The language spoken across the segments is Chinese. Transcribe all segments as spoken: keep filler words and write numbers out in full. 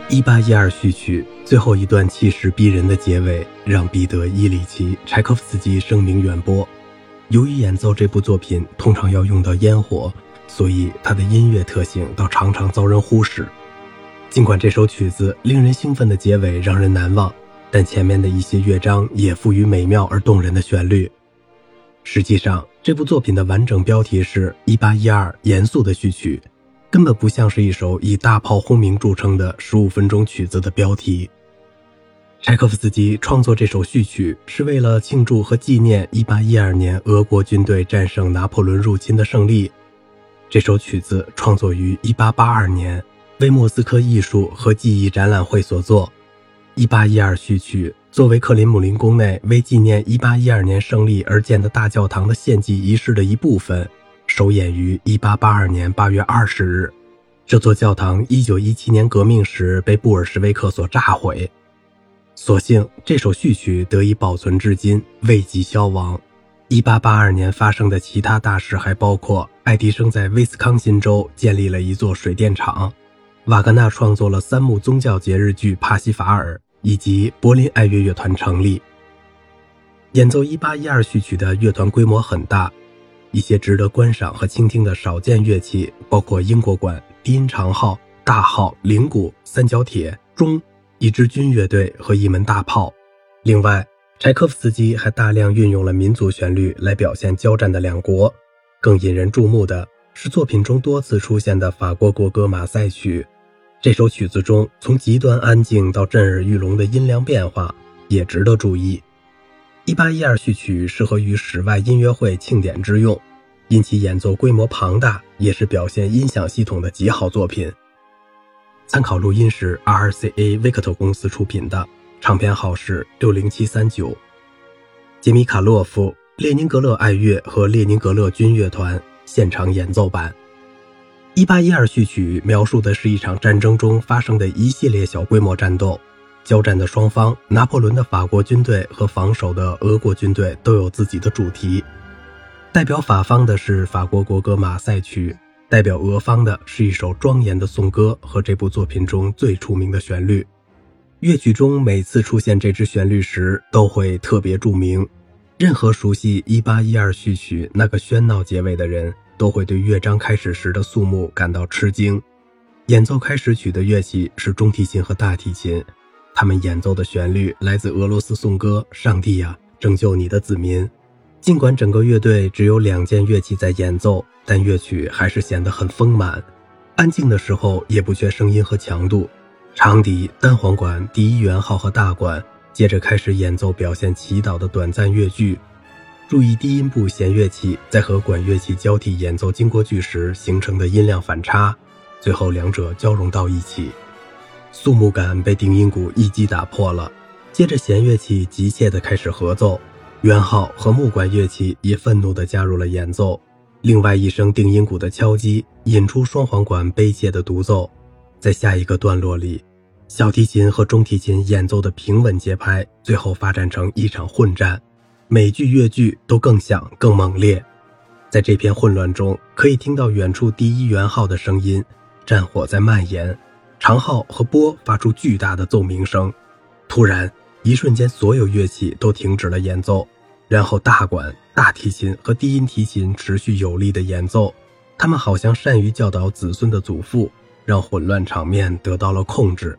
一八一二序曲最后一段气势逼人的结尾，让彼得·伊里奇·柴可夫斯基声名远播。由于演奏这部作品通常要用到烟火，所以它的音乐特性倒常常遭人忽视。尽管这首曲子令人兴奋的结尾让人难忘，但前面的一些乐章也赋予美妙而动人的旋律。实际上，这部作品的完整标题是一八一二严肃的序曲，根本不像是一首以大炮轰鸣著称的十五分钟曲子的标题。柴可夫斯基创作这首序曲是为了庆祝和纪念一八一二年俄国军队战胜拿破仑入侵的胜利。这首曲子创作于一八八二年，为莫斯科艺术和技艺展览会所作。一八一二序曲作为克林姆林宫内为纪念一八一二年胜利而建的大教堂的献祭仪式的一部分，首演于一八八二年八月二十日。这座教堂一九一七年革命时被布尔什维克所炸毁，所幸这首序曲得以保存至今，未及消亡。一八八二年发生的其他大事还包括爱迪生在威斯康辛州建立了一座水电厂，瓦格纳创作了三幕宗教节日剧《帕西法尔》，以及柏林爱乐乐团成立。演奏一八一二序曲的乐团规模很大，一些值得观赏和倾听的少见乐器包括英国管、低音长号、大号、铃鼓、三角铁、钟、一支军乐队和一门大炮。另外，柴可夫斯基还大量运用了民族旋律来表现交战的两国。更引人注目的是作品中多次出现的法国国歌马赛曲。这首曲子中从极端安静到震耳欲聋的音量变化也值得注意。一八一二序曲适合于室外音乐会庆典之用，因其演奏规模庞大，也是表现音响系统的极好作品。参考录音是 R C A Victor 公司出品的，唱片号是六零七三九。杰米卡洛夫、列宁格勒爱乐和列宁格勒军乐团现场演奏版。一八一二序曲描述的是一场战争中发生的一系列小规模战斗，交战的双方，拿破仑的法国军队和防守的俄国军队都有自己的主题。代表法方的是法国国歌马赛曲，代表俄方的是一首庄严的颂歌和这部作品中最出名的旋律。乐曲中每次出现这支旋律时都会特别注明，任何熟悉一八一二序曲那个喧闹结尾的人都会对乐章开始时的肃穆感到吃惊。演奏开始曲的乐器是中提琴和大提琴，他们演奏的旋律来自俄罗斯颂歌《上帝啊，拯救你的子民》。尽管整个乐队只有两件乐器在演奏，但乐曲还是显得很丰满，安静的时候也不缺声音和强度。长笛、单簧管、第一圆号和大管接着开始演奏表现祈祷的短暂乐句。注意低音部弦乐器在和管乐器交替演奏经过句时形成的音量反差，最后两者交融到一起。肃穆感被定音鼓一击打破了，接着弦乐器急切地开始合奏，圆号和木管乐器也愤怒地加入了演奏。另外一声定音鼓的敲击引出双簧管悲切的独奏。在下一个段落里，小提琴和中提琴演奏的平稳节拍最后发展成一场混战，每句乐句都更响更猛烈。在这片混乱中，可以听到远处第一圆号的声音，战火在蔓延，长号和拨发出巨大的奏鸣声。突然，一瞬间所有乐器都停止了演奏，然后大管、大提琴和低音提琴持续有力的演奏，他们好像善于教导子孙的祖父，让混乱场面得到了控制。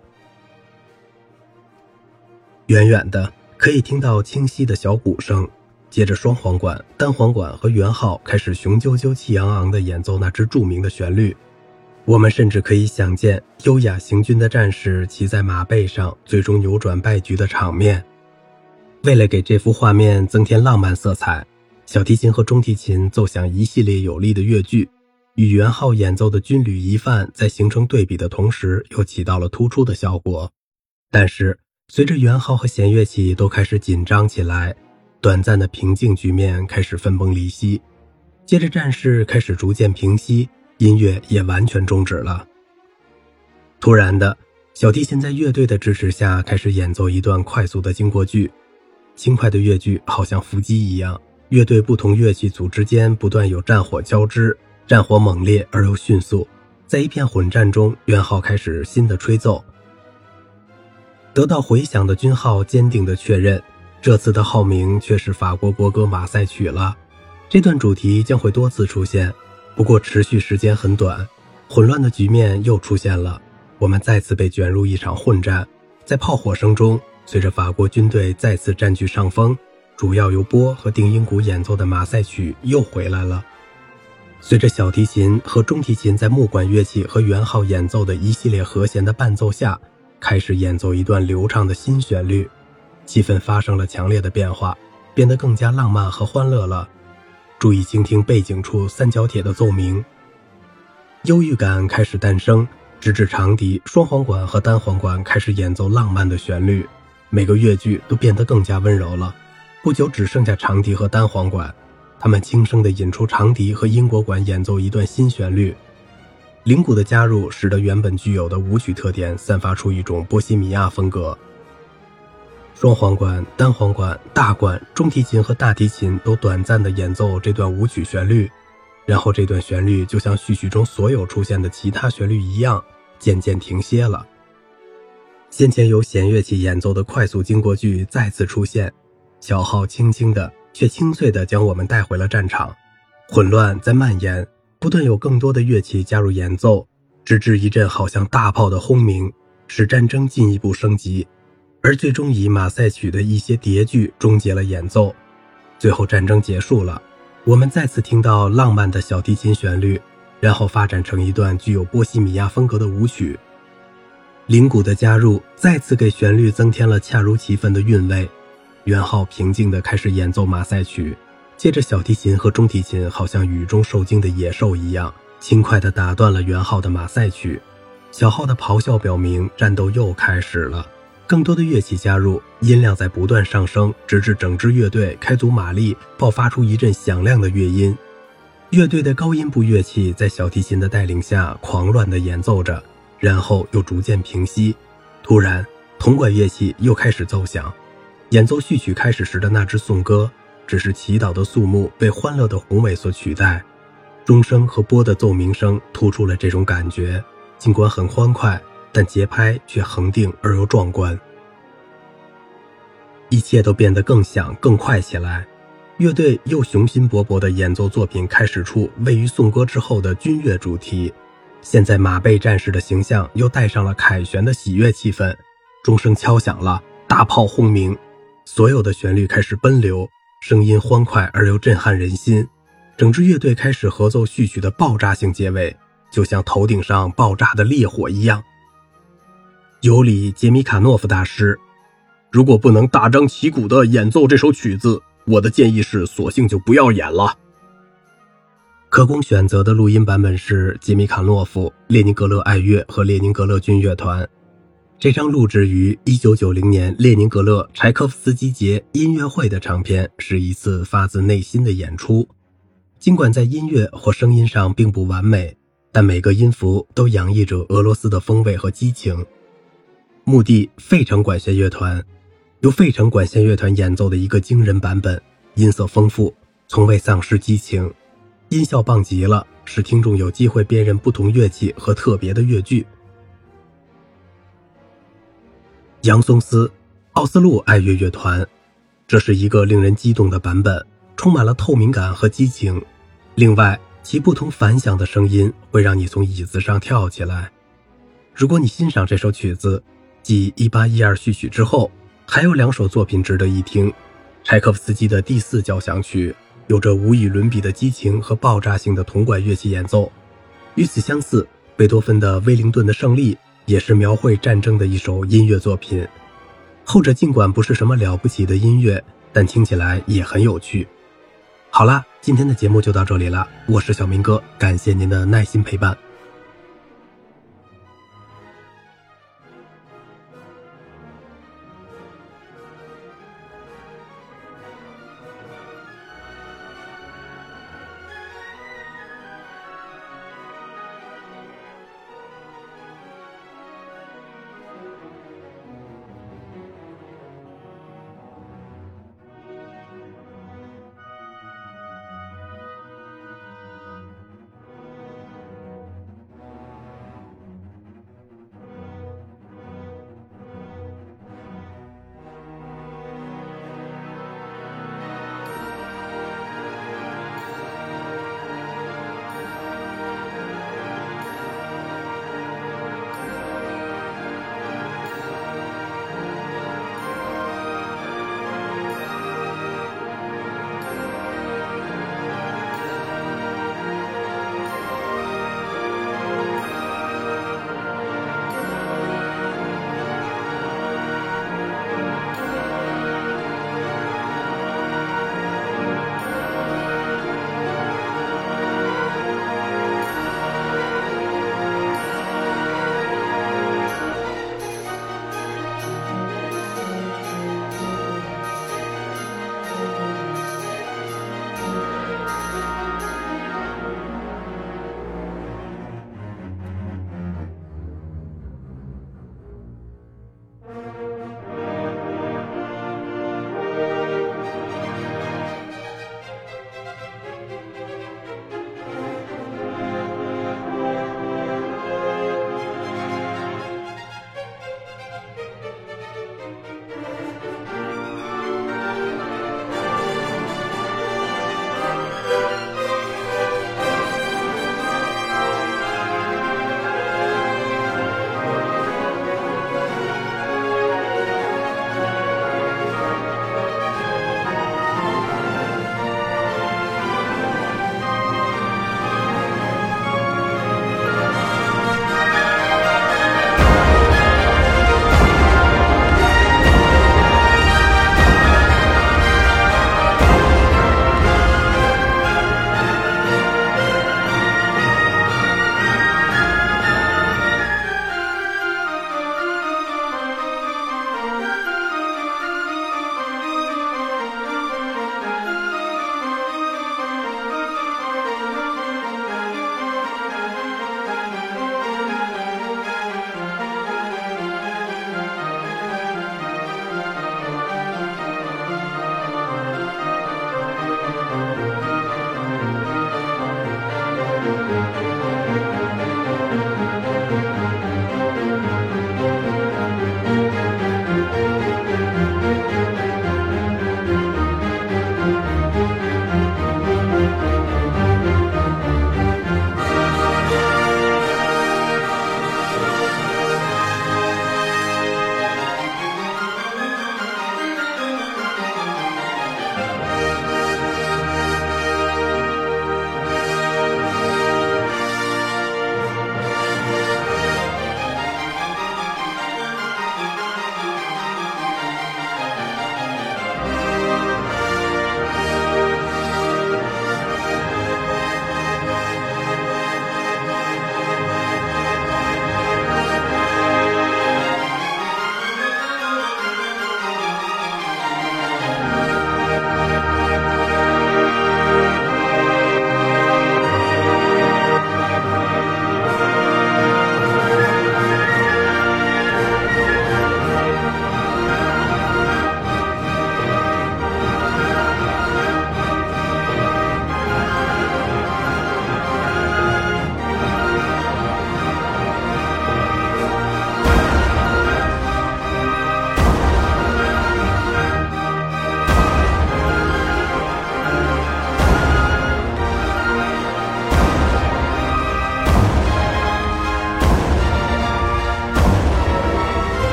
远远的可以听到清晰的小鼓声，接着双簧管、单簧管和圆号开始雄赳赳气昂昂地演奏那支著名的旋律。我们甚至可以想见优雅行军的战士骑在马背上最终扭转败局的场面。为了给这幅画面增添浪漫色彩，小提琴和中提琴奏响一系列有力的乐句，与圆号演奏的军旅一范在形成对比的同时又起到了突出的效果。但是随着圆号和弦乐器都开始紧张起来，短暂的平静局面开始分崩离析，接着战事开始逐渐平息，音乐也完全终止了。突然的，小提琴在乐队的支持下开始演奏一段快速的经过句，轻快的乐句好像伏击一样，乐队不同乐器组之间不断有战火交织，战火猛烈而又迅速。在一片混战中，圆号开始新的吹奏， 得到回响的军号坚定地确认，这次的号名却是法国国歌马赛曲了。这段主题将会多次出现，不过持续时间很短，混乱的局面又出现了。我们再次被卷入一场混战，在炮火声中，随着法国军队再次占据上风，主要由波和定音鼓演奏的马赛曲又回来了。随着小提琴和中提琴在木管乐器和圆号演奏的一系列和弦的伴奏下，开始演奏一段流畅的新旋律，气氛发生了强烈的变化，变得更加浪漫和欢乐了。注意倾听背景处三角铁的奏鸣，忧郁感开始诞生，直至长笛、双簧管和单簧管开始演奏浪漫的旋律，每个乐句都变得更加温柔了。不久只剩下长笛和单簧管，他们轻声地引出长笛和英国管演奏一段新旋律。铃鼓的加入使得原本具有的舞曲特点散发出一种波西米亚风格。双簧管、单簧管、大管、中提琴和大提琴都短暂地演奏这段舞曲旋律，然后这段旋律就像序曲中所有出现的其他旋律一样，渐渐停歇了。先前由弦乐器演奏的快速经过句再次出现，小号轻轻的却清脆地将我们带回了战场。混乱在蔓延，不断有更多的乐器加入演奏，直至一阵好像大炮的轰鸣，使战争进一步升级，而最终以马赛曲的一些叠句终结了演奏。最后战争结束了，我们再次听到浪漫的小提琴旋律，然后发展成一段具有波西米亚风格的舞曲。铃鼓的加入再次给旋律增添了恰如其分的韵味，圆号平静地开始演奏马赛曲，接着小提琴和中提琴好像雨中受惊的野兽一样，轻快地打断了圆号的马赛曲。小号的咆哮表明战斗又开始了，更多的乐器加入，音量在不断上升，直至整支乐队开足马力，爆发出一阵响亮的乐音。乐队的高音部乐器在小提琴的带领下狂乱地演奏着，然后又逐渐平息。突然，铜管乐器又开始奏响，演奏序曲开始时的那支颂歌，只是祈祷的肃穆被欢乐的宏伟所取代。钟声和波的奏鸣声突出了这种感觉，尽管很欢快，但节拍却恒定而又壮观。一切都变得更响更快起来，乐队又雄心勃勃地演奏作品开始处位于颂歌之后的军乐主题。现在马背战士的形象又带上了凯旋的喜悦气氛，钟声敲响了，大炮轰鸣，所有的旋律开始奔流，声音欢快而又震撼人心。整支乐队开始合奏序曲的爆炸性结尾，就像头顶上爆炸的烈火一样。尤里·杰米卡诺夫大师，如果不能大张旗鼓地演奏这首曲子，我的建议是索性就不要演了。可供选择的录音版本是杰米卡诺夫、列宁格勒爱乐和列宁格勒军乐团。这张录制于一九九零年列宁格勒柴可夫斯基节音乐会的唱片是一次发自内心的演出。尽管在音乐或声音上并不完美，但每个音符都洋溢着俄罗斯的风味和激情。目的费城管弦乐团，由费城管弦乐团演奏的一个惊人版本，音色丰富，从未丧失激情，音效棒极了，使听众有机会辨认不同乐器和特别的乐句。杨松斯，奥斯陆爱乐乐团，这是一个令人激动的版本，充满了透明感和激情。另外，其不同反响的声音会让你从椅子上跳起来。如果你欣赏这首曲子，继一八一二序曲之后，还有两首作品值得一听。柴可夫斯基的第四交响曲有着无与伦比的激情和爆炸性的铜管乐器演奏。与此相似，贝多芬的威灵顿的胜利也是描绘战争的一首音乐作品。后者尽管不是什么了不起的音乐，但听起来也很有趣。好啦，今天的节目就到这里了，我是小明哥，感谢您的耐心陪伴。